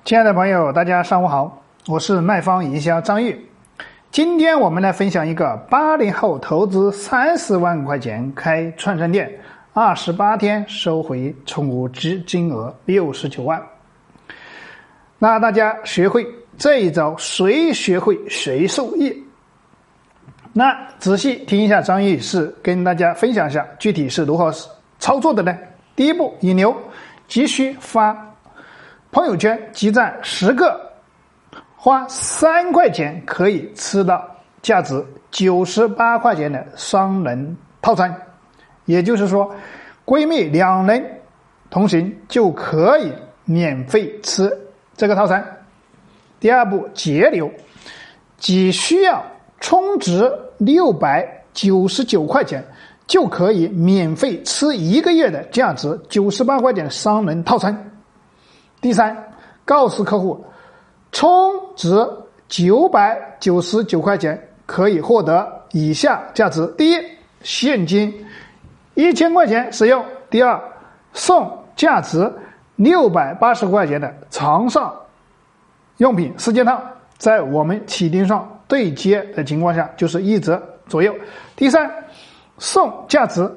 亲爱的朋友，大家上午好，我是卖方营销张玉。今天我们来分享一个80后投资30万块钱开串串店，28天收回总值金额69万。那大家学会这一招，谁学会谁受益。那仔细听一下，张玉是跟大家分享一下具体是如何操作的呢？第一步，引流，急需发朋友圈集赞10个，花3块钱可以吃到价值98块钱的双人套餐，也就是说闺蜜2人同行就可以免费吃这个套餐。第二步，节流，只需要充值699块钱就可以免费吃1个月的价值98块钱的双人套餐。第三，告诉客户充值999块钱可以获得以下价值：第一，现金1000块钱使用；第二，送价值680块钱的床上用品4件套，在我们起订上对接的情况下就是1折左右；第三，送价值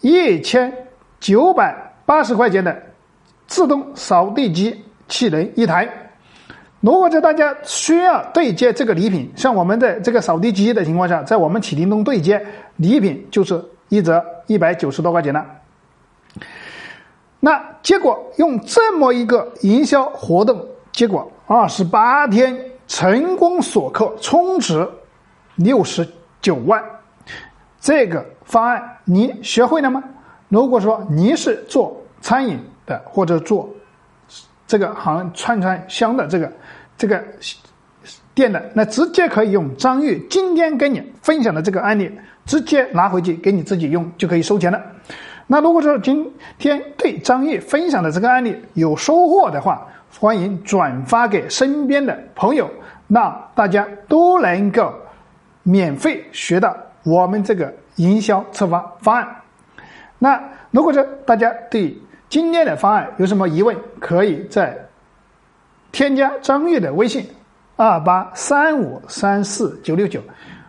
1980块钱的自动扫地机器人1台。如果在大家需要对接这个礼品，像我们的这个扫地机的情况下，在我们启叮咚对接礼品就是1折190多块钱了。那结果用这么一个营销活动，结果28天成功锁客，充值69万。这个方案你学会了吗？如果说你是做餐饮的，或者做这个串香的这个店的，那直接可以用张玉今天跟你分享的这个案例，直接拿回去给你自己用，就可以收钱了。那如果说今天对张玉分享的这个案例有收获的话，欢迎转发给身边的朋友，让大家都能够免费学到我们这个营销策划方案。那如果说大家对今天的方案有什么疑问，可以在添加张玉的微信28353499，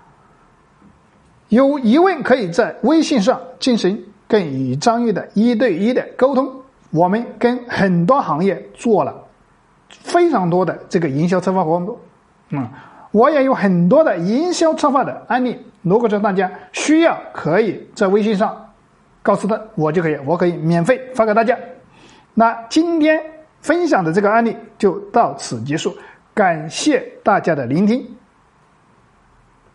有疑问可以在微信上进行跟与张玉的1对1的沟通。我们跟很多行业做了非常多的这个营销策划活动，我也有很多的营销策划的案例，如果说大家需要，可以在微信上告诉他，我可以免费发给大家。那今天分享的这个案例就到此结束，感谢大家的聆听。